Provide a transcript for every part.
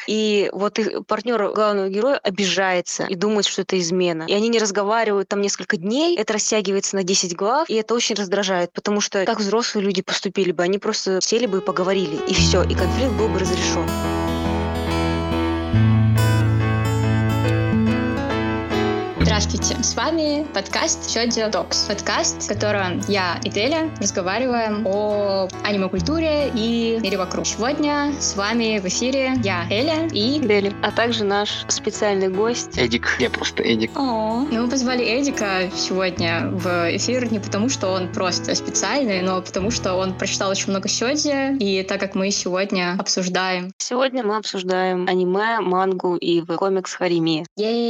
И вот их партнер главного героя обижается и думает, что это измена. И они не разговаривают там несколько дней, это растягивается на 10 глав, и это очень раздражает, потому что как взрослые люди поступили бы, они просто сели бы и поговорили, и все, и конфликт был бы разрешен. Здравствуйте, с вами подкаст Сёдзё Токс. Подкаст, в котором я и Деля разговариваем о аниме-культуре и мире вокруг. Сегодня с вами в эфире я, Эля и Дели, а также наш специальный гость Эдик. Я просто Эдик. Мы позвали Эдика сегодня в эфир не потому, что он просто специальный, но потому, что он прочитал очень много сёдзё, и так как мы сегодня обсуждаем... Сегодня мы обсуждаем аниме, мангу и комикс Харимия.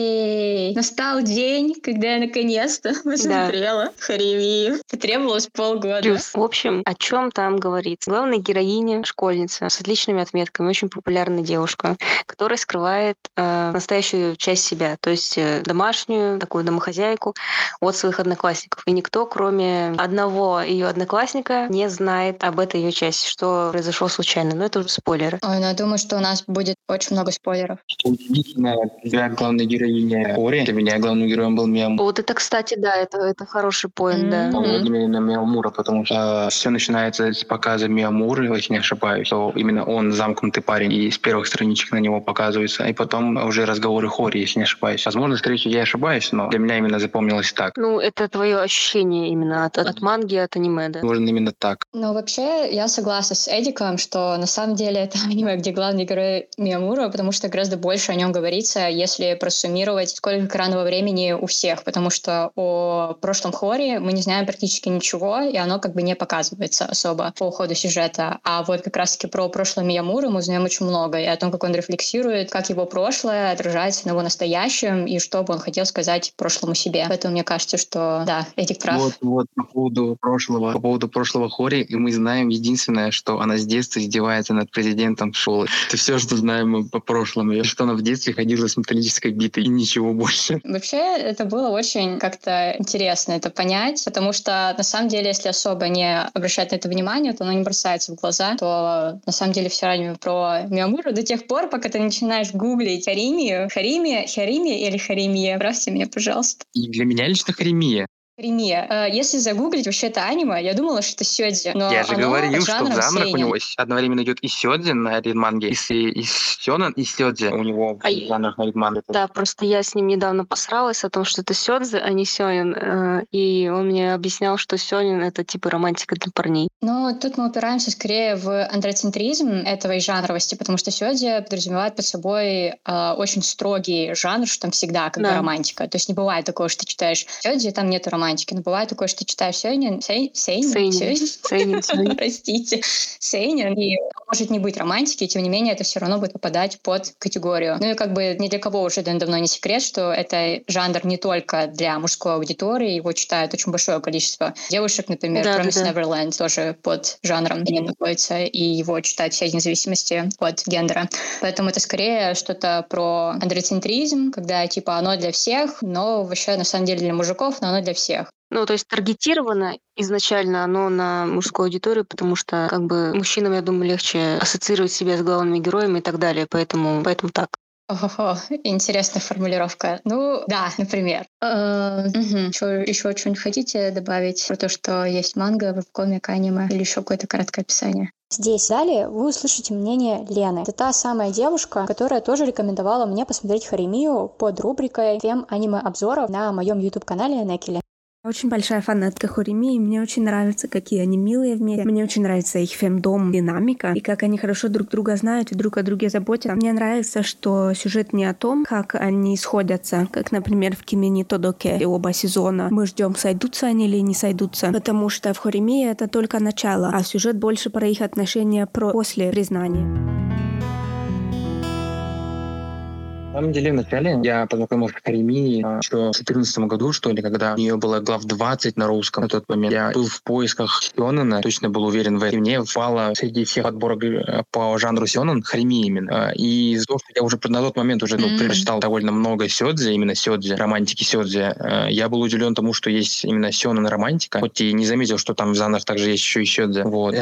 Ей! Настал день, когда я наконец-то посмотрела Харимию. Потребовалось полгода. В общем, о чем там говорится? Главная героиня — школьница с отличными отметками, очень популярная девушка, которая скрывает настоящую часть себя, то есть домашнюю, такую домохозяйку, от своих одноклассников. И никто, кроме одного ее одноклассника, не знает об этой ее части, что произошло случайно. Но это уже спойлеры. Ой, ну я думаю, что у нас будет очень много спойлеров. Удивительно, для главной героини Ори, для меня главным героем был Миямура. Вот это, кстати, да, это хороший поинт, да. Именно Миямура, потому что все начинается с показа Миямуры, если не ошибаюсь, то именно он замкнутый парень, и с первых страничек на него показывается, и потом уже разговоры Хори, если не ошибаюсь. Возможно, скорее всего, я ошибаюсь, но для меня именно запомнилось так. Ну, это твое ощущение именно от манги, от аниме, да? Возможно, именно так. Ну, вообще, я согласна с Эдиком, что на самом деле это аниме, где главный герой Миямура, потому что гораздо больше о нем говорится, если просуммировать, сколько экранного времени у всех, потому что о прошлом Хори мы не знаем практически ничего, и оно как бы не показывается особо по ходу сюжета. А вот как раз-таки про прошлое Миямуры мы узнаем очень много, и о том, как он рефлексирует, как его прошлое отражается на его настоящем, и что бы он хотел сказать прошлому себе. Поэтому мне кажется, что да, Эдик прав. Вот по поводу прошлого Хори, и мы знаем единственное, что она с детства издевается над президентом школы. Это все, что знаем мы по прошлому. И что она в детстве ходила с металлической битой, и ничего больше. Вообще, это было очень как-то интересно это понять, потому что, на самом деле, если особо не обращать на это внимание, то оно не бросается в глаза, то, на самом деле, все аниме про Миямуру до тех пор, пока ты начинаешь гуглить Харимия или Харимия, правьте меня, пожалуйста. И для меня лично Харимия. Харимия. Если загуглить вообще это аниме, я думала, что это сёдзё, но Я же оно говорил, что в жанром жанрах у сейнэн. него одновременно идет и сёдзё на ритманге, и сёнэн, и сёдзё у него в жанрах на ритманге. Да, просто я с ним недавно посралась о том, что это сёдзё, а не сёнэн. И он мне объяснял, что сёнэн — это типа романтика для парней. Но тут мы упираемся скорее в андроцентризм этого жанровости, потому что сёдзё подразумевает под собой очень строгий жанр, что там всегда как бы романтика. То есть не бывает такого, что ты читаешь сёдзё, и там нету романтики. Но бывает такое, что ты читаешь сейнэн, простите, сейнэн, и может не быть романтики, и тем не менее это все равно будет попадать под категорию. Ну и как бы ни для кого уже давно не секрет, что это жанр не только для мужской аудитории, его читают очень большое количество девушек, например, Promised Neverland тоже под жанром находится, и его читают все вне зависимости от гендера. Поэтому это скорее что-то про андроцентризм, когда типа оно для всех, но вообще на самом деле для мужиков, но оно для всех. Ну, то есть таргетировано изначально оно на мужскую аудиторию, потому что как бы мужчинам, я думаю, легче ассоциировать себя с главными героями и так далее, поэтому так. Ого, интересная формулировка. Ну, да, например. Еще что-нибудь хотите добавить про то, что есть манга, веб-комик, аниме или еще какое-то короткое описание? Здесь далее вы услышите мнение Лены. Это та самая девушка, которая тоже рекомендовала мне посмотреть Харимию под рубрикой «Тем аниме-обзоров» на моем YouTube-канале Некили. Очень большая фанатка Харимии, мне очень нравится, какие они милые вместе. Мне очень нравится их фэндом, динамика, и как они хорошо друг друга знают и друг о друге заботятся. Мне нравится, что сюжет не о том, как они сходятся, как, например, в Кими ни Тодоке и оба сезона. Мы ждем, сойдутся они или не сойдутся, потому что в Харимии это только начало, а сюжет больше про их отношения после признания. На самом деле, вначале я познакомился с Харимией еще в 2014 году, что ли, когда у нее было глав 20 на русском на тот момент. Я был в поисках сёнэна, точно был уверен в этом. И мне впало среди всех отборок по жанру сёнэн Харимия именно. И из-за того, что я уже на тот момент уже прочитал довольно много сёдзи, именно сёдзи, романтики сёдзи, я был удивлен тому, что есть именно сёнэн романтика, хоть и не заметил, что там в жанрах также есть еще и сёдзи. Вот.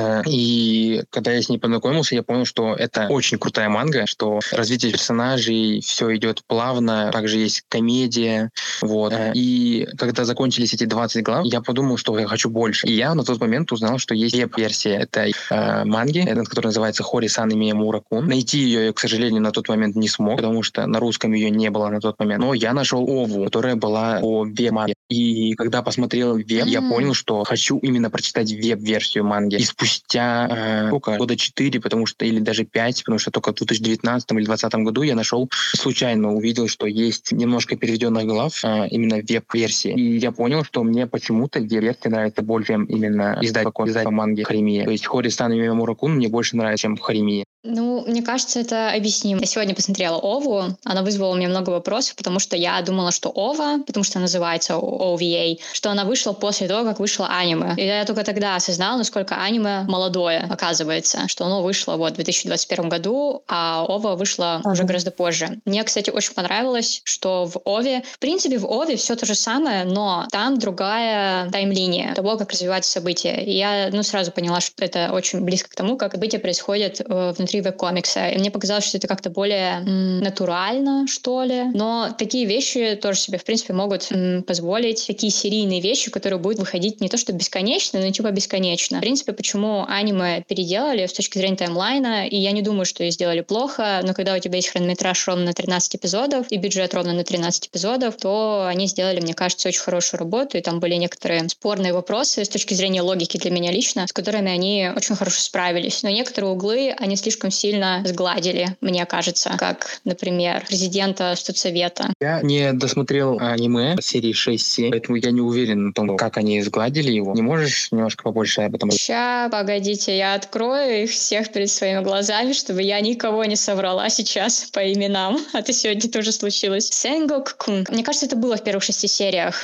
И когда я с ней познакомился, я понял, что это очень крутая манга, что развитие персонажей, все идет плавно, также есть комедия. Вот. И когда закончились эти 20 глав, я подумал, что я хочу больше. И я на тот момент узнал, что есть веб-версия этой манги, которая называется Хори-сан и Миямура-кун. Найти ее я, к сожалению, на тот момент не смог, потому что на русском ее не было на тот момент. Но я нашел Ову, которая была по веб-манге. И когда посмотрел веб, я понял, что хочу именно прочитать веб-версию манги. И спустя года 4, потому что, или даже 5, потому что только в 2019 или 2020 году я нашел, случайно увидел, что есть немножко переведенных глав, именно веб-версии. И я понял, что мне почему-то веб-версия нравится больше, чем именно издать по манге Харимия. То есть Хори-сан и Миямура-кун мне больше нравится, чем Харимия. Ну, мне кажется, это объяснимо. Я сегодня посмотрела Ову, она вызвала у меня много вопросов, потому что я думала, что Ова, потому что называется OVA, что она вышла после того, как вышло аниме. И я только тогда осознала, насколько аниме молодое, оказывается, что оно вышло в 2021 году, а Ова вышла уже гораздо позже. Мне, кстати, очень понравилось, что в Ове, в принципе, в Ове все то же самое, но там другая таймлиния того, как развиваются события. И я сразу поняла, что это очень близко к тому, как события происходят внутри веб-комикса. И мне показалось, что это как-то более натурально, что ли. Но такие вещи тоже себе, в принципе, могут позволить такие серийные вещи, которые будут выходить не то что бесконечно, но типа бесконечно. В принципе, почему аниме переделали с точки зрения таймлайна, и я не думаю, что их сделали плохо, но когда у тебя есть хронометраж ровно на 13 эпизодов и бюджет ровно на 13 эпизодов, то они сделали, мне кажется, очень хорошую работу, и там были некоторые спорные вопросы с точки зрения логики для меня лично, с которыми они очень хорошо справились. Но некоторые углы они слишком сильно сгладили, мне кажется, как, например, президента студсовета. Я не досмотрел аниме серии 6-7, поэтому я не уверен в том, как они сгладили его. Не можешь немножко побольше об этом? Ща, погодите, я открою их всех перед своими глазами, чтобы я никого не соврала сейчас по именам. Это сегодня тоже случилось. Сэнгок-кун. Мне кажется, это было в первых 6 сериях.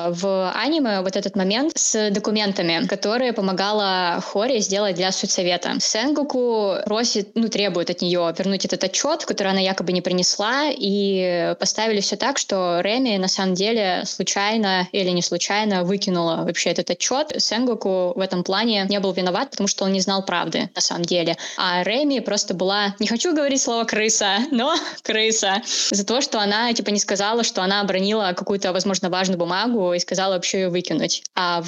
В аниме вот этот момент с документами, которые помогала Хори сделать для студсовета. Сэнгоку просит, требует от нее вернуть этот отчет, который она якобы не принесла, и поставили все так, что Реми на самом деле случайно или не случайно выкинула вообще этот отчет. Сэнгоку в этом плане не был виноват, потому что он не знал правды на самом деле. А Реми просто была, не хочу говорить слово крыса, но крыса, за то, что она не сказала, что она обронила какую-то, возможно, важную бумагу и сказала вообще ее выкинуть. А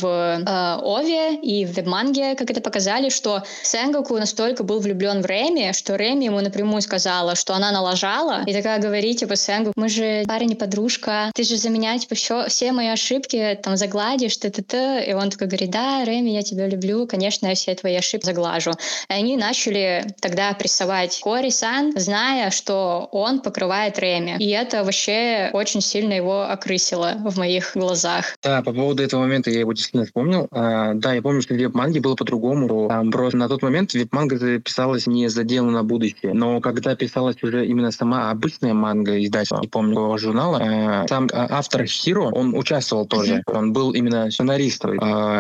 в Ове и в веб-манге, как это показали, что Сэнгоку настолько был влюблен в Реми, что Реми ему напрямую сказала, что она налажала, и такая говорит, Сэнгоку, мы же парень и подружка, ты же за меня, все мои ошибки загладишь, т-т-т. И он такой говорит, да, Реми, я тебя люблю, конечно, я все твои ошибки заглажу. И они начали тогда прессовать Хори-сан, зная, что он покрывает Реми. И это вообще очень сильно его окрысило в моих глазах. Да, по поводу этого момента я его действительно вспомнил. Да, я помню, что в веб-манге было по-другому. Там просто на тот момент веб-манга писалась не задел на будущее. Но когда писалась уже именно сама обычная манга издательства, не помню какого журнала, сам автор Хиро, он участвовал тоже. Он был именно сценаристом.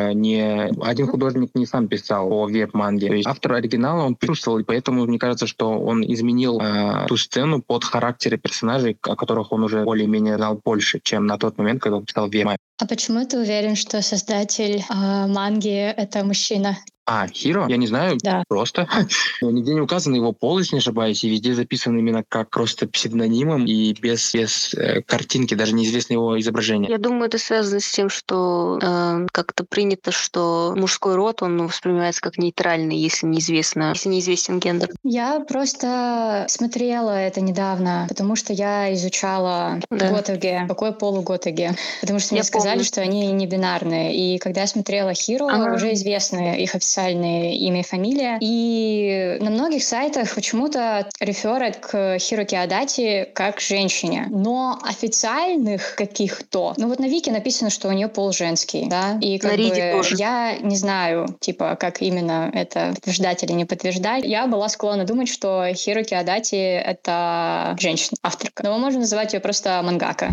Не один художник не сам писал по веб-манге. То есть автор оригинала он присутствовал, и поэтому мне кажется, что он изменил ту сцену под характеры персонажей, о которых он уже более-менее знал больше, чем на тот момент, когда он писал веб-манги. А почему ты уверен, что создатель манги — это мужчина? Хиро? Я не знаю, да. Просто. Нигде не указано его пол, если не ошибаюсь, и везде записан именно как просто псевдонимом и без картинки, даже неизвестно его изображение. Я думаю, это связано с тем, что как-то принято, что мужской род, он воспринимается как нейтральный, если неизвестен гендер. Я просто смотрела это недавно, потому что я изучала готеги, какой пол у готеги, потому что мне сказали, что они не бинарные. И когда я смотрела Хиро, уже известны их официальные официальное имя и фамилия. И на многих сайтах почему-то реферят к Хироки Адати как женщине. Но официальных каких-то... Ну вот на Вики написано, что у нее пол женский, да? И как бы я не знаю, типа, как именно это подтверждать или не подтверждать. Я была склонна думать, что Хироки Адати — это женщина, авторка. Но мы можем называть ее просто мангака.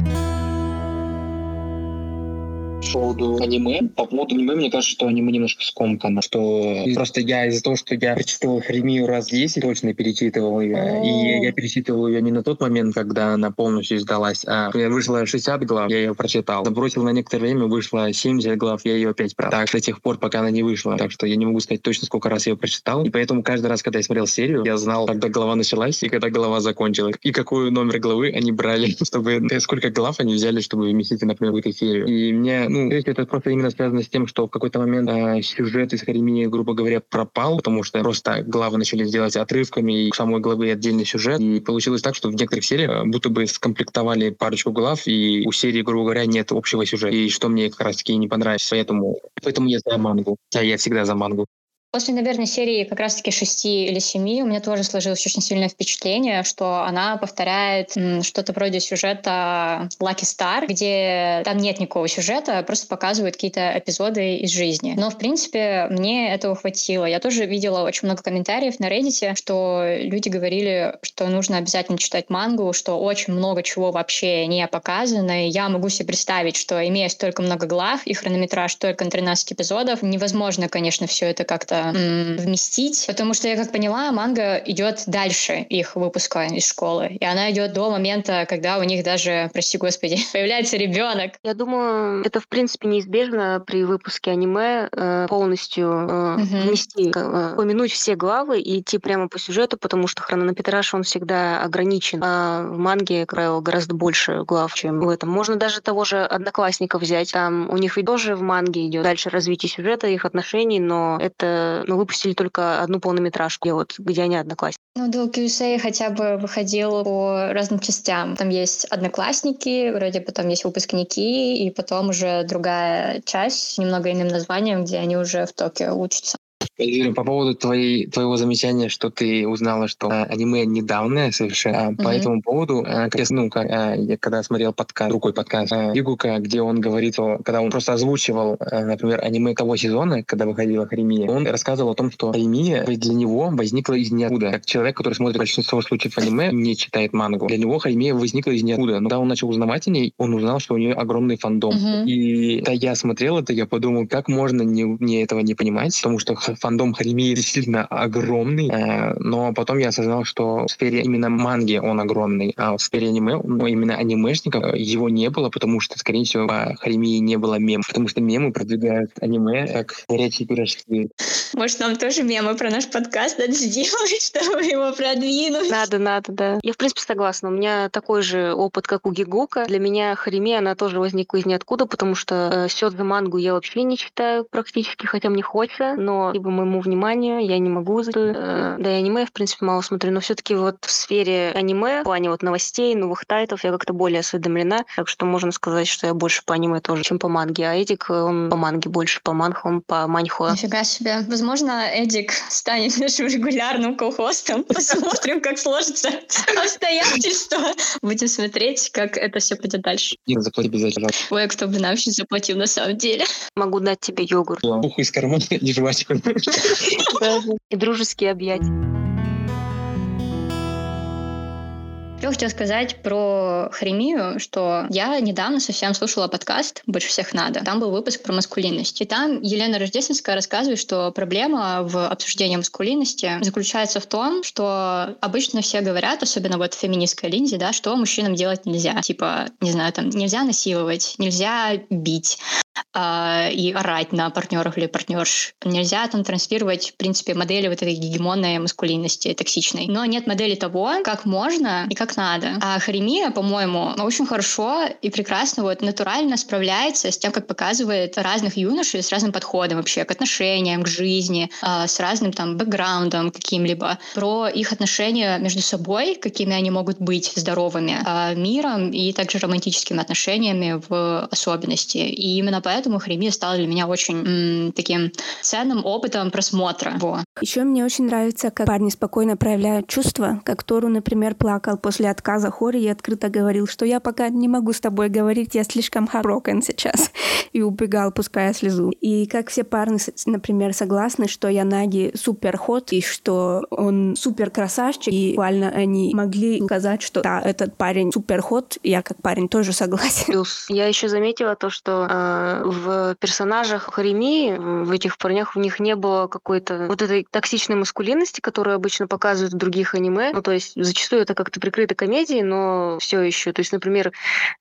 По поводу аниме, мне кажется, что аниме немножко скомкано, что просто я из-за того, что я перечитывал Хремию раз 10, точно перечитывал ее, и я перечитывал ее не на тот момент, когда она полностью издалась, а вышло 60 глав, я ее прочитал, забросил на некоторое время, вышло 70 глав, я ее опять прочитал. Так, до тех пор, пока она не вышла, так что я не могу сказать точно, сколько раз я ее прочитал, и поэтому каждый раз, когда я смотрел серию, я знал, когда глава началась и когда глава закончилась, и какой номер главы они брали, чтобы сколько глав они взяли, чтобы вместить, например, в эту серию. И мне это просто именно связано с тем, что в какой-то момент сюжет из Харемии, грубо говоря, пропал, потому что просто главы начали делать отрывками и к самой главы отдельный сюжет. И получилось так, что в некоторых сериях будто бы скомплектовали парочку глав, и у серии, грубо говоря, нет общего сюжета. И что мне как раз-таки не понравилось. Поэтому я за мангу. Да, я всегда за мангу. После, наверное, серии как раз-таки 6 или 7 у меня тоже сложилось очень сильное впечатление, что она повторяет что-то вроде сюжета Lucky Star, где там нет никакого сюжета, просто показывают какие-то эпизоды из жизни. Но, в принципе, мне этого хватило. Я тоже видела очень много комментариев на Reddit, что люди говорили, что нужно обязательно читать мангу, что очень много чего вообще не показано. И я могу себе представить, что, имея столько много глав и хронометраж только на 13 эпизодов, невозможно, конечно, все это как-то вместить, потому что я как поняла, манга идет дальше их выпуска из школы, и она идет до момента, когда у них даже, прости господи, появляется ребенок. Я думаю, это в принципе неизбежно при выпуске аниме полностью вмести, упомянуть все главы и идти прямо по сюжету, потому что хронометраж он всегда ограничен, а в манге, как правило, гораздо больше глав, чем в этом. Можно даже того же Одноклассников взять, там у них ведь тоже в манге идет дальше развитие сюжета, их отношений, но это выпустили только одну полнометражку, где они одноклассники. Dual QSA хотя бы выходил по разным частям. Там есть Одноклассники, вроде потом есть Выпускники, и потом уже другая часть с немного иным названием, где они уже в Токио учатся. По поводу твоего замечания, что ты узнала, что аниме недавнее совершенно, по этому поводу, я когда смотрел другой подкаст Игука, где он говорит, когда он просто озвучивал, например, аниме того сезона, когда выходила Харемия, он рассказывал о том, что Харемия для него возникла из ниоткуда. Как человек, который смотрит большинство случаев аниме, не читает мангу, для него Харемия возникла из ниоткуда. Но когда он начал узнавать о ней, он узнал, что у нее огромный фандом. И когда я смотрел это, я подумал, как можно мне этого не понимать, потому что фандом Харемии действительно огромный, но потом я осознал, что в сфере именно манги он огромный, а в сфере аниме, именно анимешников, его не было, потому что, скорее всего, в Харемии не было мемов, потому что мемы продвигают аниме как горячие пирожки. Может, нам тоже мемы про наш подкаст надо сделать, чтобы его продвинуть? Надо, да. Я, в принципе, согласна. У меня такой же опыт, как у Гигука. Для меня Харемия, она тоже возникла из ниоткуда, потому что сёдзе мангу я вообще не читаю практически, хотя мне хочется, но либо моему вниманию я не могу. Да и аниме, в принципе, мало смотрю, но все-таки вот в сфере аниме, в плане вот новостей, новых тайтов, я как-то более осведомлена, так что можно сказать, что я больше по аниме тоже, чем по манге. А Эдик, он по манге больше, по манху, он по маньхуа. Нифига себе. Возможно, Эдик станет нашим регулярным колхозом. Посмотрим, как сложится обстоятельства. Будем смотреть, как это все пойдет дальше. Нет, заплати обязательно. Ой, кто бы нам еще заплатил на самом деле. Могу дать тебе йогурт. Пуху из кармана и жвачку. И дружеские объятия. Я хотела сказать про Харемию, что я недавно совсем слушала подкаст «Больше всех надо». Там был выпуск про маскулинность. И там Елена Рождественская рассказывает, что проблема в обсуждении маскулинности заключается в том, что обычно все говорят, особенно вот феминистская линза, да, что мужчинам делать нельзя. Типа, не знаю, там, нельзя насиловать, нельзя бить и орать на партнеров или партнерш. Нельзя там транслировать, в принципе, модели вот этой гегемонной маскулинности токсичной. Но нет модели того, как можно и как надо. А Харемия, по-моему, очень хорошо и прекрасно вот натурально справляется с тем, как показывает разных юношей с разным подходом вообще к отношениям, к жизни, с разным там бэкграундом каким-либо, про их отношения между собой, какими они могут быть здоровыми, миром и также романтическими отношениями в особенности. И именно поэтому Хоремия стала для меня очень таким ценным опытом просмотра. Еще мне очень нравится, как парни спокойно проявляют чувства, как Тору, например, плакал после отказа Хори и открыто говорил, что я пока не могу с тобой говорить, я слишком heartbroken сейчас, и убегал, пуская слезу. И как все парни, например, согласны, что Янаги супер хот, и что он супер красавчик, и буквально они могли сказать, что да, этот парень супер хот, я как парень тоже согласен. Плюс я еще заметила то, что в персонажах Хоремии, в этих парнях, у них не было какой-то вот этой токсичной маскулинности, которую обычно показывают в других аниме. Ну, то есть зачастую это как-то прикрыто комедией, но все еще. То есть, например,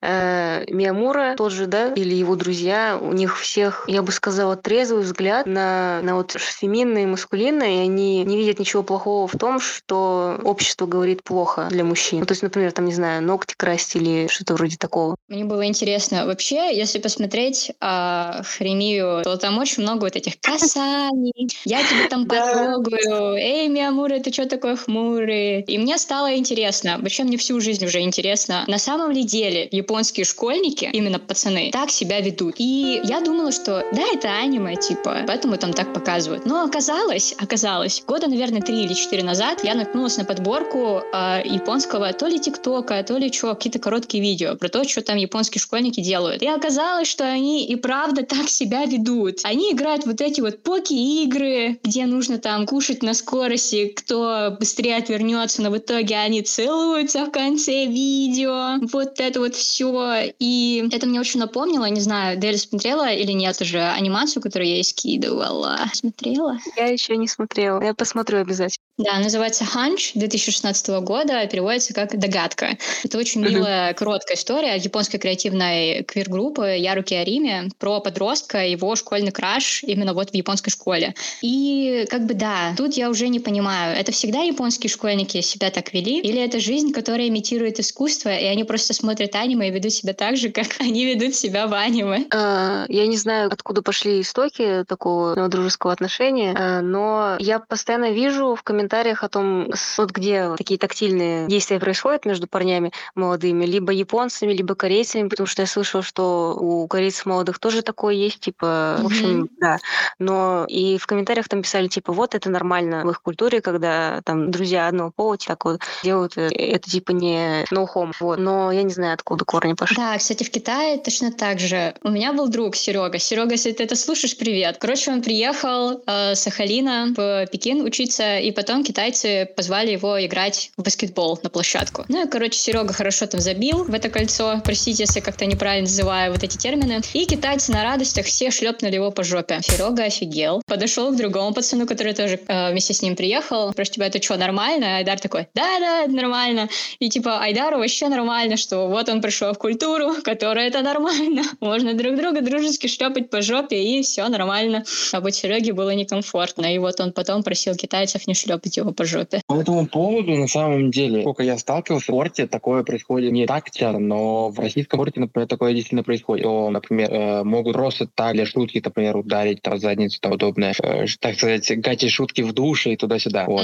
Миямура тот же, да, или его друзья, у них всех, я бы сказала, трезвый взгляд на вот феминное и маскулинное, и они не видят ничего плохого в том, что общество говорит плохо для мужчин. Ну, то есть, например, там, не знаю, ногти красить или что-то вроде такого. Мне было интересно. Вообще, если посмотреть Хоремию, то там очень много вот этих касаний. Я тебе там потрогаю. Эй, Миямура, ты что такой хмурый? И мне стало интересно. Вообще, мне всю жизнь уже интересно. На самом ли деле японские школьники, именно пацаны, так себя ведут? И я думала, что да, это аниме, типа, поэтому там так показывают. Но оказалось, года, наверное, 3 или 4 назад я наткнулась на подборку японского то ли ТикТока, то ли что, какие-то короткие видео про то, что там японские школьники делают. И оказалось, что они и правда так себя ведут. Они играют вот эти вот поки-игры, где нужно там кушать на скорости, кто быстрее отвернется, но в итоге они целуются в конце видео. Вот это вот все. И это мне очень напомнило, не знаю, Дель смотрела или нет уже анимацию, которую я ей скидывала. Смотрела? Я еще не смотрела. Я посмотрю обязательно. Да, называется «Ханч» 2016 года, переводится как «Догадка». Это очень милая, короткая история японской креативной квир-группы Яруки Арими про подростка и его школьный краш именно вот в японской школе. И как бы да, тут я уже не понимаю, это всегда японские школьники себя так вели? Или это жизнь, которая имитирует искусство, и они просто смотрят аниме и ведут себя так же, как они ведут себя в аниме? Я не знаю, откуда пошли истоки такого дружеского отношения, но я постоянно вижу в комментариях о том, вот где такие тактильные действия происходят между парнями молодыми, либо японцами, либо корейцами, потому что я слышала, что у корейцев молодых тоже такое есть, типа, в общем, да. Но и в комментариях там писали, типа, вот это нормально в их культуре, когда там друзья одного пола так вот делают, это типа не no homo, вот. Но я не знаю, откуда корни пошли. Да, кстати, в Китае точно так же. У меня был друг Серега. Серега, если ты это слушаешь, привет. Короче, он приехал с Сахалина в Пекин учиться, и потом китайцы позвали его играть в баскетбол на площадку. Ну и, короче, Серега хорошо там забил в это кольцо. Простите, если как-то неправильно называю вот эти термины. И китайцы на радостях все шлепнули его по жопе. Серега офигел. Подошел к другому пацану, который тоже вместе с ним приехал. Просто типа, это что, нормально? Айдар такой, да, это нормально. И типа, Айдару вообще нормально, что вот он пришел в культуру, которая это нормально. Можно друг друга дружески шлепать по жопе, и все нормально. А вот Сереге было некомфортно. И вот он потом просил китайцев не шлепать его по жопе. По этому поводу, на самом деле, сколько я сталкивался, в спорте такое происходит не так часто, но в российском спорте, например, такое действительно происходит. То, например, могут просто так для шутки, например, ударить в задницу, то удобное. Так сказать, гачи-шутки в душе и туда-сюда. Вот.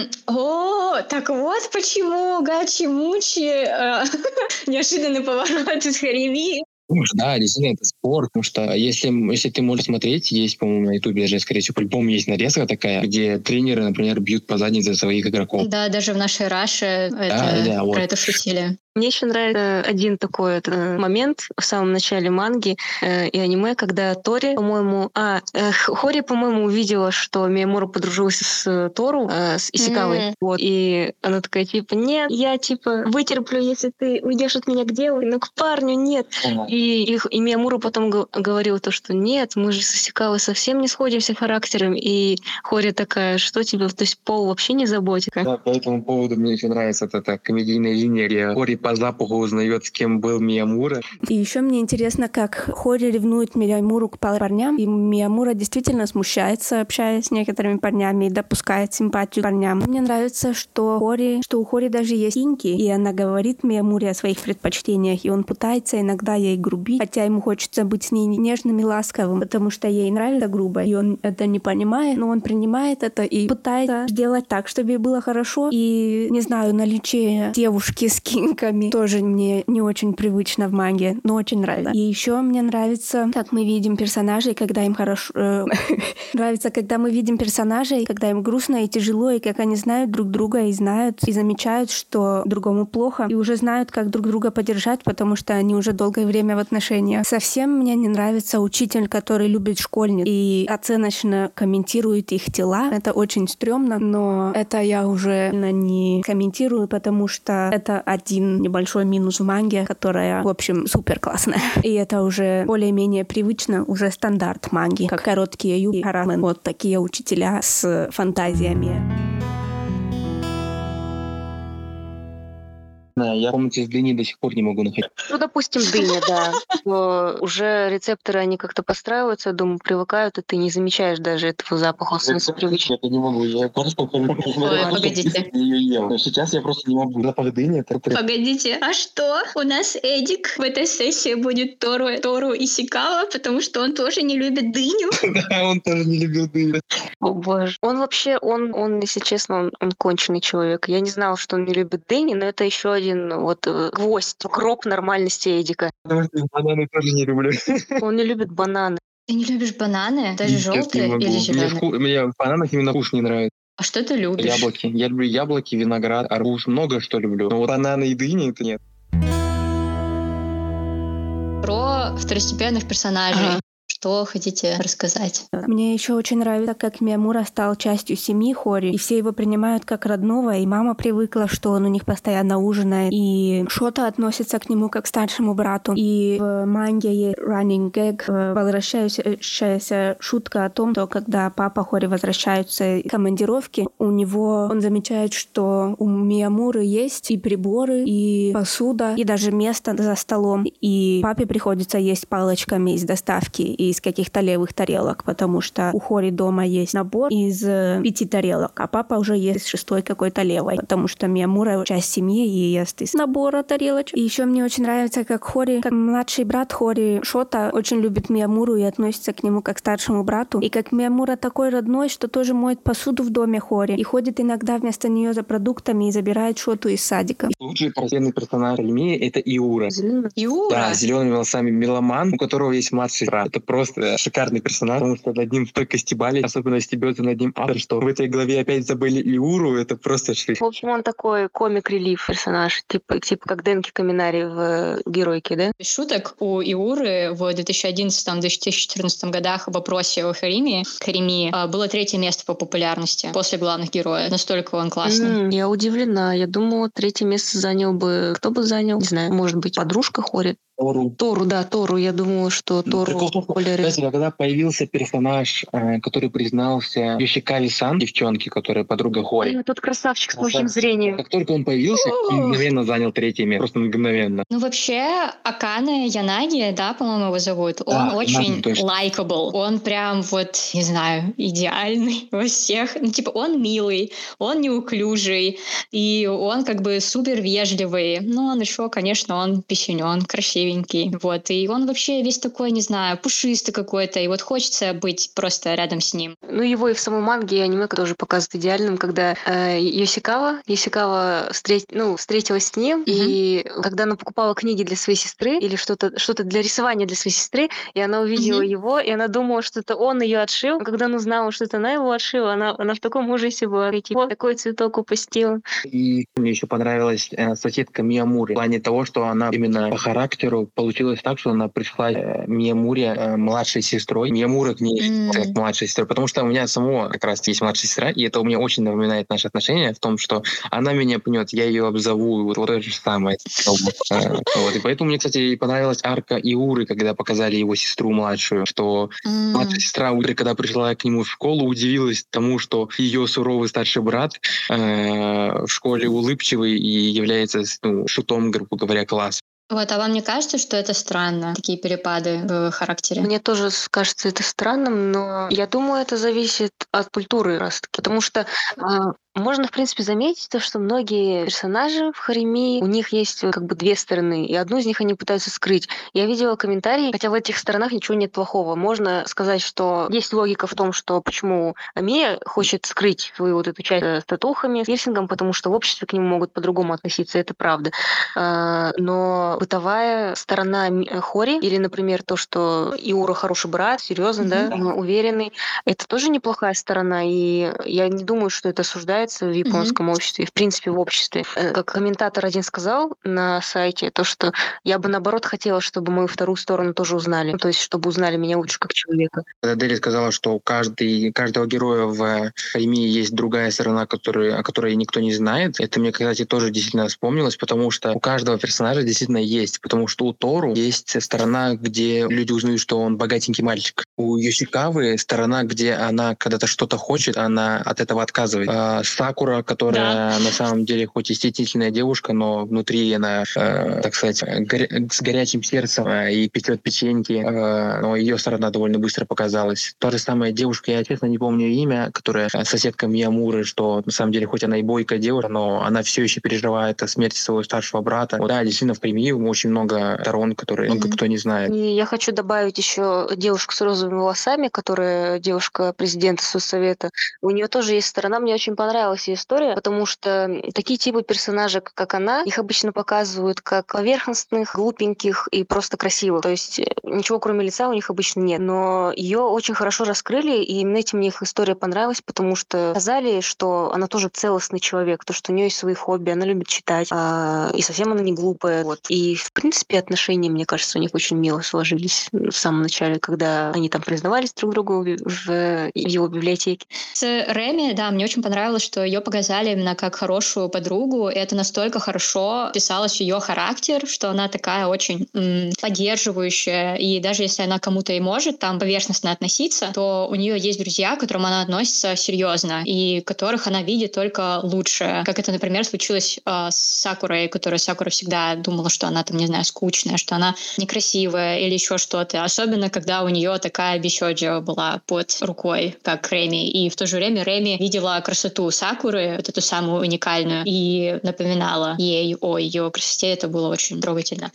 О, так вот почему гачи-мучи неожиданный поворот из Хоремии. Да, действительно, это спорт, потому что если ты можешь смотреть, есть, по-моему, на Ютубе даже, скорее всего, по-любому есть нарезка такая, где тренеры, например, бьют по заднице своих игроков. Да, даже в нашей Раше про вот. это шутили. Мне еще нравится один такой момент в самом начале манги и аниме, когда Тори, по-моему... Хори, по-моему, увидела, что Миямура подружилась с Тору, с Исикавой. Вот, и она такая, типа, нет, я, типа, вытерплю, если ты уйдешь от меня к делу, но к парню нет. И Миямура потом говорила то, что нет, мы же с Исикавой совсем не сходимся характером. И Хори такая, что тебе, то есть пол вообще не заботит? Да, по этому поводу мне еще нравится эта комедийная линия, где Хори по запаху узнает, с кем был Миямура. И еще мне интересно, как Хори ревнует Миямуру к парням, и Миямура действительно смущается, общаясь с некоторыми парнями, и допускает симпатию к парням. Мне нравится, что у Хори даже есть синьки, и она говорит Миямуре о своих предпочтениях, и он пытается иногда ей грубить, хотя ему хочется быть с ней нежным и ласковым, потому что ей нравится грубо, и он это не понимает, но он принимает это и пытается сделать так, чтобы ей было хорошо. И, не знаю, наличие девушки с кинками драками. Тоже мне не очень привычно в манге, но очень нравится. И еще мне нравится, как мы видим персонажей, когда им хорошо... Нравится, когда мы видим персонажей, когда им грустно и тяжело, и как они знают друг друга и знают, и замечают, что другому плохо, и уже знают, как друг друга поддержать, потому что они уже долгое время в отношениях. Совсем мне не нравится учитель, который любит школьниц и оценочно комментирует их тела. Это очень стрёмно, но это я уже не комментирую, потому что это один небольшой минус в манге, которая, в общем, супер классная. И это уже более-менее привычно, уже стандарт манги, как короткие юбки, харамен, вот такие учителя с фантазиями. Да, я, помните, с дыней до сих пор не могу находить. Ну, допустим, дыня, да. Уже рецепторы, они как-то подстраиваются, я думаю, привыкают, и ты не замечаешь даже этого запаха, он становится привычным. Я не могу, я просто погодите. ее ел. Но сейчас я просто не могу. Запах дыни, это Погодите, а что? У нас Эдик в этой сессии будет Тору Исикава, потому что он тоже не любит дыню. Да, он тоже не любил дыню. О, боже. Он вообще, он, если честно, он конченый человек. Я не знала, что он не любит дыни, но это еще один гвоздь, гроб нормальности Эдика. Потому что бананы тоже не люблю. Он не любит бананы. Ты не любишь бананы? Даже желтые или зеленые? Мне в бананах именно вкус не нравится. А что ты любишь? Яблоки. Я люблю яблоки, виноград, арбуз, много что люблю. Но вот бананы и дыни это нет. Про второстепенных персонажей. Ага. Что хотите рассказать? Мне еще очень нравится, как Миямура стал частью семьи Хори, и все его принимают как родного, и мама привыкла, что он у них постоянно ужинает, и Шота относится к нему как к старшему брату. И в манге есть running gag, возвращающаяся шутка о том, что когда папа Хори возвращается из командировки, он замечает, что у Миямуры есть и приборы, и посуда, и даже место за столом, и папе приходится есть палочками из доставки из каких-то левых тарелок, потому что у Хори дома есть набор из 5 тарелок, а папа уже ест из 6 какой-то левой, потому что Миямура часть семьи и ест из набора тарелочек. И еще мне очень нравится, как Хори, как младший брат Хори, Шота, очень любит Миямуру и относится к нему как к старшему брату. И как Миямура такой родной, что тоже моет посуду в доме Хори и ходит иногда вместо нее за продуктами и забирает Шоту из садика. Лучший постоянный персонаж Альмии — это Иура. Юра? Да, с зелеными волосами меломан, у которого есть младший брат. Это просто шикарный персонаж, потому что над ним столько стебали, особенно стебется над ним автор, что в этой главе опять забыли Иуру, это просто шрифт. В общем, он такой комик-релиф персонаж, типа как Денки Каминари в «Геройке», да? Без шуток, у Иуры в 2011-2014 годах в вопросе о Хариме было 3-е место по популярности после главных героев. Настолько он классный. Я удивлена. Я думала, 3-е место занял бы... Кто бы занял? Не знаю, может быть, подружка Хори? Тору. Я думала, что Тору популярен. Кстати, когда появился персонаж, который признался Йошикави-сан, девчонки, которая подруга Хори. Тот красавчик с плохим зрением. Как только он появился, он мгновенно занял 3-е место. Просто мгновенно. Ну, вообще, Акане Янаги, да, по-моему, его зовут, он очень лайкабл. Он прям не знаю, идеальный во всех. Ну, типа, он милый, он неуклюжий, и он как бы супер вежливый. Ну, он еще, конечно, он писюнен, красивенький. Вот. И он вообще весь такой, не знаю, пушистый какой-то. И вот хочется быть просто рядом с ним. Ну, его и в самом манге и аниме тоже показывают идеальным, когда Йосикава встретилась с ним, и когда она покупала книги для своей сестры или что-то для рисования для своей сестры, и она увидела его, и она думала, что это он ее отшил. А когда она узнала, что это она его отшила, она в таком ужасе была. Вот такой цветок упустила. И мне еще понравилась соседка Миямуры в плане того, что она именно по характеру получилось так, что она пришла Миямуре младшей сестрой. Миямура к ней как младшей сестрой, потому что у меня самого как раз есть младшая сестра, и это у меня очень напоминает наши отношения в том, что она меня пнет, я ее обзову, вот это же самое. И поэтому мне, кстати, понравилась арка Иуры, когда показали его сестру младшую, что младшая сестра, когда пришла к нему в школу, удивилась тому, что ее суровый старший брат в школе улыбчивый и является шутом, грубо говоря, класса. Вот, а вам не кажется, что это странно, такие перепады в характере? Мне тоже кажется это странным, но я думаю, это зависит от культуры раз-таки, потому что Можно, в принципе, заметить то, что многие персонажи в Харемии, у них есть как бы две стороны, и одну из них они пытаются скрыть. Я видела комментарии, хотя в этих сторонах ничего нет плохого. Можно сказать, что есть логика в том, что почему Амия хочет скрыть свою вот эту часть с татухами, с пирсингом, потому что в обществе к нему могут по-другому относиться, это правда. Но бытовая сторона Хори, или, например, то, что Иура хороший брат, серьезный, да, уверенный, это тоже неплохая сторона, и я не думаю, что это осуждается в японском обществе, в принципе, в обществе. Как комментатор один сказал на сайте, то, что я бы, наоборот, хотела, чтобы мою вторую сторону тоже узнали, то есть чтобы узнали меня лучше как человека. Дели сказала, что у каждого героя в Харемии есть другая сторона, о которой никто не знает. Это мне, кстати, тоже действительно вспомнилось, потому что у каждого персонажа действительно есть. Потому что у Тору есть сторона, где люди узнают, что он богатенький мальчик. У Йошикавы сторона, где она когда-то что-то хочет, она от этого отказывает. Сакура, которая на самом деле хоть и стеснительная девушка, но внутри она, так сказать, с горячим сердцем и печет печеньки, но ее сторона довольно быстро показалась. Та же самая девушка, я честно не помню имя, которая соседка Миямуры, что на самом деле хоть она и бойкая девушка, но она все еще переживает о смерти своего старшего брата. Вот, да, действительно, в премии очень много сторон, которые много кто не знает. И я хочу добавить еще девушку с розовыми волосами, которая девушка президента Соцсовета. У нее тоже есть сторона. Мне очень понравилась ее история, потому что такие типы персонажей, как она, их обычно показывают как поверхностных, глупеньких и просто красивых. То есть ничего кроме лица у них обычно нет. Но ее очень хорошо раскрыли, и именно этим мне их история понравилась, потому что сказали, что она тоже целостный человек, то, что у нее есть свои хобби, она любит читать, и совсем она не глупая. Вот. И, в принципе, отношения, мне кажется, у них очень мило сложились в самом начале, когда они там признавались друг другу в его библиотеке. С Реми, да, мне очень понравилось, что ее показали именно как хорошую подругу, и это настолько хорошо писалось в ее характер, что она такая очень поддерживающая, и даже если она кому-то и может там поверхностно относиться, то у нее есть друзья, к которым она относится серьезно, и которых она видит только лучшее. Как это, например, случилось с Сакурой, которая Сакура всегда думала, что она там, не знаю, скучная, что она некрасивая или еще что-то. Особенно, когда у нее такая бисёджо была под рукой, как Реми. И в то же время Реми видела красоту Сакуры, вот эту самую уникальную, и напоминала ей о ее красоте. Это было очень трогательно.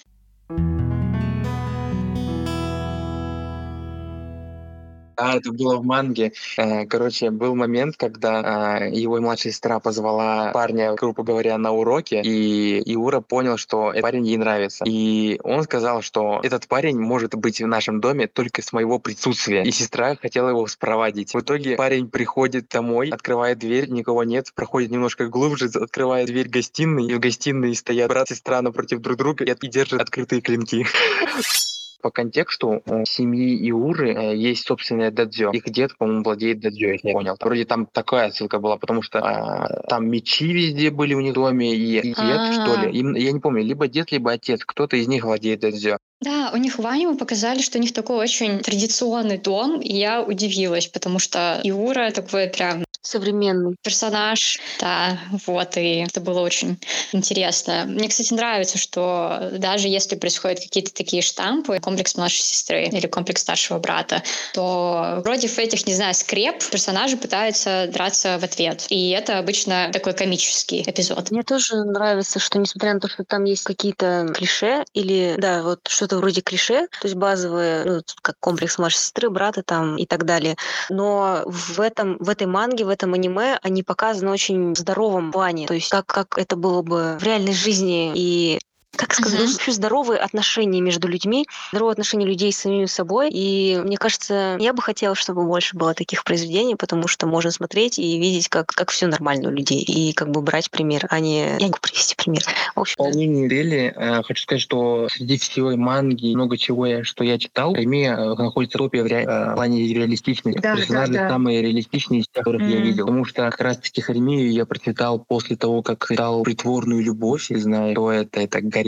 Да, это было в манге. Короче, был момент, когда его младшая сестра позвала парня, грубо говоря, на уроке, и Иура понял, что этот парень ей нравится. И он сказал, что этот парень может быть в нашем доме только с моего присутствия. И сестра хотела его спровадить. В итоге парень приходит домой, открывает дверь, никого нет, проходит немножко глубже, открывает дверь гостиной, и в гостиной стоят брат и сестра напротив друг друга и держат открытые клинки. По контексту у семьи Иуры есть собственное дадзё. Их дед, по-моему, владеет дадзё, если я понял. Вроде там такая ссылка была, потому что там мечи везде были у них в доме, и дед, что ли. Я не помню, либо дед, либо отец. Кто-то из них владеет дадзё. Да, у них в аниме показали, что у них такой очень традиционный дом, и я удивилась, потому что Иура такой прям современный персонаж, да, вот, и это было очень интересно. Мне, кстати, нравится, что даже если происходят какие-то такие штампы, комплекс младшей сестры или комплекс старшего брата, то против этих, не знаю, скреп персонажи пытаются драться в ответ. И это обычно такой комический эпизод. Мне тоже нравится, что несмотря на то, что там есть какие-то клише или, да, вот что-то вроде клише, то есть базовые, ну, как комплекс младшей сестры, брата там и так далее, но в этой манге, в этом аниме они показаны очень в здоровом плане, то есть как это было бы в реальной жизни и как сказать, вообще здоровые отношения между людьми, здоровые отношения людей с самими собой. И мне кажется, я бы хотела, чтобы больше было таких произведений, потому что можно смотреть и видеть, как все нормально у людей. И как бы брать пример, а не... Я не могу привести пример. В общем, в половине недели хочу сказать, что среди всего манги, много чего, что я читал, Харемия находится в топе в плане реалистичности. Персонажи самые реалистичные из тех, которых я видел. Потому что как раз-таки Харемию я прочитал после того, как читал «Притворную любовь». Я знаю, что это горячая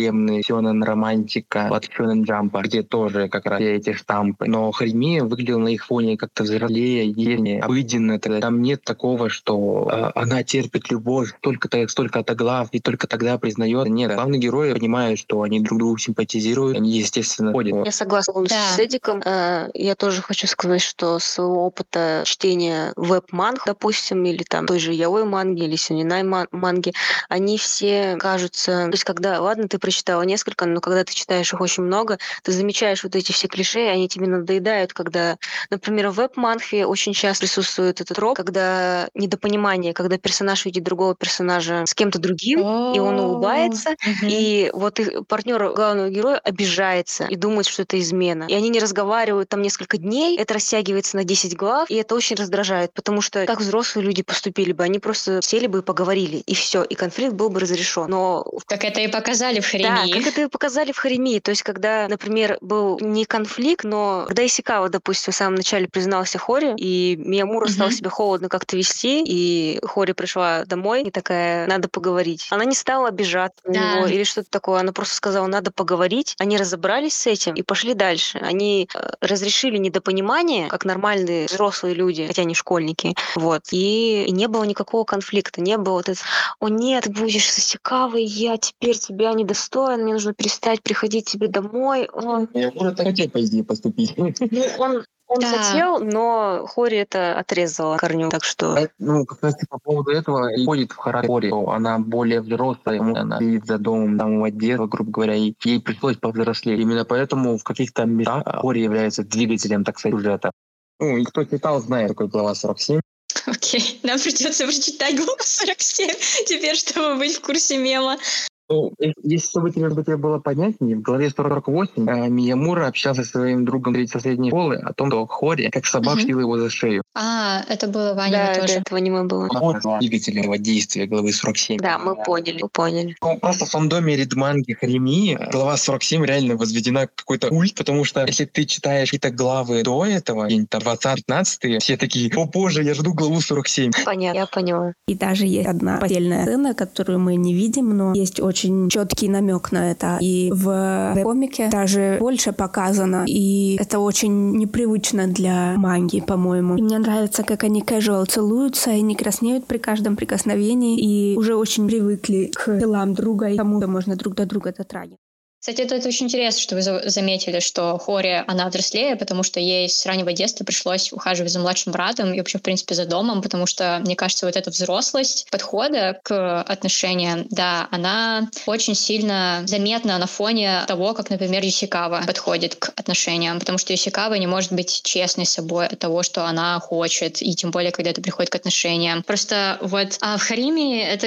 проблемный сёнэн романтика от Shonen Jump, где тоже как раз все эти штампы. Но Харимия выглядела на их фоне как-то взрослее, естественнее, обыденно. Там нет такого, что она терпит любовь столько-то глав и только тогда признает. Нет, главные герои понимают, что они друг другу симпатизируют, они, естественно, ходят. Я согласна полностью с Эдиком. Я тоже хочу сказать, что с своего опыта чтения веб-манг, допустим, или там той же яой манги, или сёнэнай манги, они все кажутся... То есть когда, ладно, ты прочитала несколько, но когда ты читаешь их очень много, ты замечаешь вот эти все клише, и они тебе надоедают, когда, например, в веб-манге очень часто присутствует этот троп, когда недопонимание, когда персонаж видит другого персонажа с кем-то другим, и он улыбается, и вот их партнер главного героя обижается и думает, что это измена. И они не разговаривают там несколько дней, это растягивается на 10 глав, и это очень раздражает, потому что как взрослые люди поступили бы, они просто сели бы и поговорили, и все, и конфликт был бы разрешен. Но как это и показали в Харимии. Да, как это и показали в Харимии. То есть, когда, например, был не конфликт, но когда Исикава, допустим, в самом начале признался Хори, и Миямура стал себя холодно как-то вести, и Хори пришла домой и такая, надо поговорить. Она не стала обижаться на него или что-то такое, она просто сказала, надо поговорить. Они разобрались с этим и пошли дальше. Они разрешили недопонимание, как нормальные взрослые люди, хотя они школьники. Вот. И не было никакого конфликта, не было вот этого, о нет, ты будешь с Исикавой, я теперь тебя недостоин, мне нужно перестать приходить тебе домой. Миямура так хотел, по идее, поступить. Он хотел, но Хори это отрезала корню, так что... Ну, как раз по поводу этого и ходит в Хори. Она более взрослая, она следит за домом самого детства, грубо говоря, и ей пришлось повзрослеть. Именно поэтому в каких-то местах Хори является двигателем, так сказать, сюжета. Ну, и кто читал, знает, такой глава 47. Окей, нам придется прочитать главу 47 теперь, чтобы быть в курсе мема. Ну, если чтобы тебе было понятнее, в главе 48 Миямура общался со своим другом со средней школы о том, что Хори как собак шил его за шею. Это было в аниме тоже. Да, это в аниме было. Двигатель этого действия главы 47. Да, мы поняли. Ну, просто в фандоме Ридманги Харимии глава 47 реально возведена в какой-то культ, потому что если ты читаешь какие-то главы до этого, где-нибудь 20-15, все такие, о боже, я жду главу 47. Понятно, я поняла. И даже есть одна отдельная сцена, которую мы не видим, но есть очень четкий намек на это. И в комике даже больше показано. И это очень непривычно для манги, по-моему. И мне нравится, как они casual целуются, и не краснеют при каждом прикосновении, и уже очень привыкли к телам друга и тому, что можно друг до друга дотрагиваться. Кстати, это очень интересно, что вы заметили, что Хори, она взрослее, потому что ей с раннего детства пришлось ухаживать за младшим братом и вообще, в принципе, за домом, потому что, мне кажется, вот эта взрослость подхода к отношениям, да, она очень сильно заметна на фоне того, как, например, Юсикава подходит к отношениям, потому что Юсикава не может быть честной с собой от того, что она хочет, и тем более, когда это приходит к отношениям. Просто вот в Харимии, это,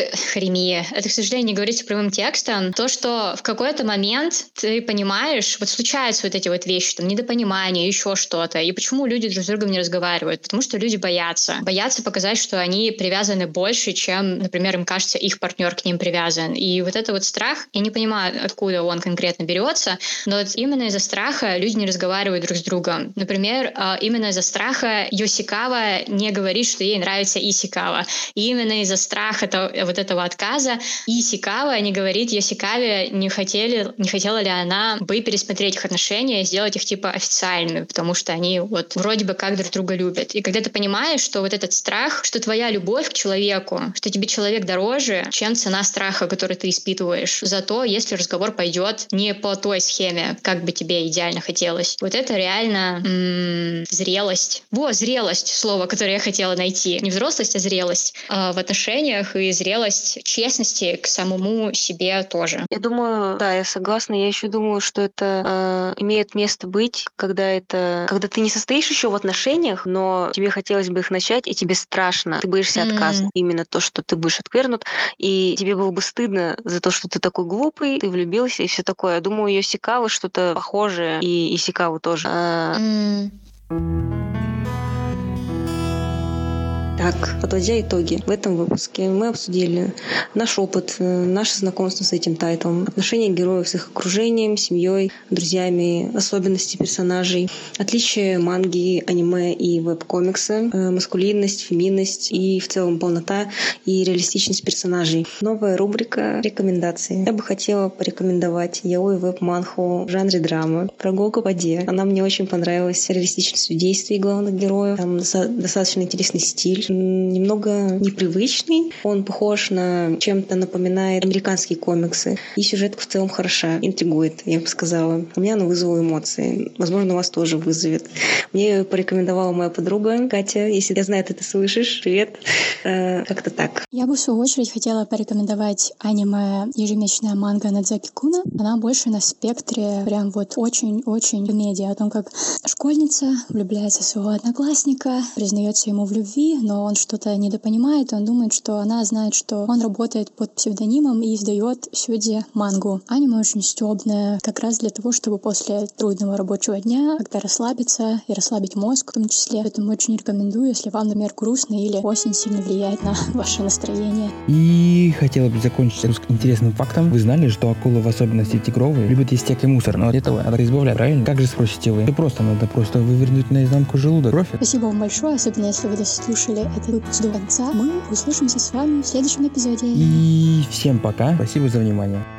к сожалению, не говорится прямым текстом, то, что в какой-то момент ты понимаешь, вот случаются вот эти вот вещи, там, недопонимание, еще что-то. И почему люди друг с другом не разговаривают? Потому что люди боятся. Боятся показать, что они привязаны больше, чем, например, им кажется, их партнер к ним привязан. И вот это вот страх, я не понимаю, откуда он конкретно берется, но вот именно из-за страха люди не разговаривают друг с другом. Например, именно из-за страха Йосикава не говорит, что ей нравится Исикава. И именно из-за страха вот этого отказа Исикава не говорит Йосикаве, не хотела ли она бы пересмотреть их отношения и сделать их типа официальными, потому что они вот вроде бы как друг друга любят. И когда ты понимаешь, что вот этот страх, что твоя любовь к человеку, что тебе человек дороже, чем цена страха, который ты испытываешь, зато если разговор пойдет не по той схеме, как бы тебе идеально хотелось. Вот это реально зрелость. Зрелость — слово, которое я хотела найти. Не взрослость, а зрелость в отношениях и зрелость честности к самому себе тоже. Я думаю, да, я согласна. Я еще думаю, что это имеет место быть, когда ты не состоишь еще в отношениях, но тебе хотелось бы их начать, и тебе страшно. Ты боишься отказа. Именно то, что ты будешь отвергнут, и тебе было бы стыдно за то, что ты такой глупый, ты влюбился и все такое. Я думаю, Йосикава что-то похожее, и Исикаву тоже. Так, подводя итоги, в этом выпуске мы обсудили наш опыт, наше знакомство с этим тайтлом, отношения героев с их окружением, семьей, друзьями, особенности персонажей, отличия манги, аниме и веб-комикса, маскулинность, феминность и в целом полнота и реалистичность персонажей. Новая рубрика «Рекомендации». Я бы хотела порекомендовать яой веб-манху в жанре драма «Прогулка по воде». Она мне очень понравилась реалистичностью действий главных героев. Там достаточно интересный стиль, немного непривычный. Он похож на чем-то напоминает американские комиксы. И сюжетка в целом хороша, интригует, я бы сказала. У меня она вызвала эмоции. Возможно, у вас тоже вызовет. Мне ее порекомендовала моя подруга Катя. Если я знаю, ты это слышишь, привет. Как-то так. Я бы в свою очередь хотела порекомендовать аниме «Ежемесячная манга Надзаки Куна». Она больше на спектре прям вот очень-очень комедия о том, как школьница влюбляется в своего одноклассника, признается ему в любви, но он что-то недопонимает, он думает, что она знает, что он работает под псевдонимом и издает сюди мангу. Аниме очень стёбное, как раз для того, чтобы после трудного рабочего дня как-то расслабиться и расслабить мозг в том числе. Поэтому очень рекомендую, если вам, например, грустно или осень сильно влияет на ваше настроение. И хотела бы закончить выпуск интересным фактом. Вы знали, что акулы, в особенности тигровые, любят есть всякий мусор, но от этого надо избавляться, правильно? Как же, спросите вы? Надо просто вывернуть наизнанку желудок. Профит. Спасибо вам большое, особенно если вы дослушали этот выпуск до конца. Мы услышимся с вами в следующем эпизоде. И всем пока. Спасибо за внимание.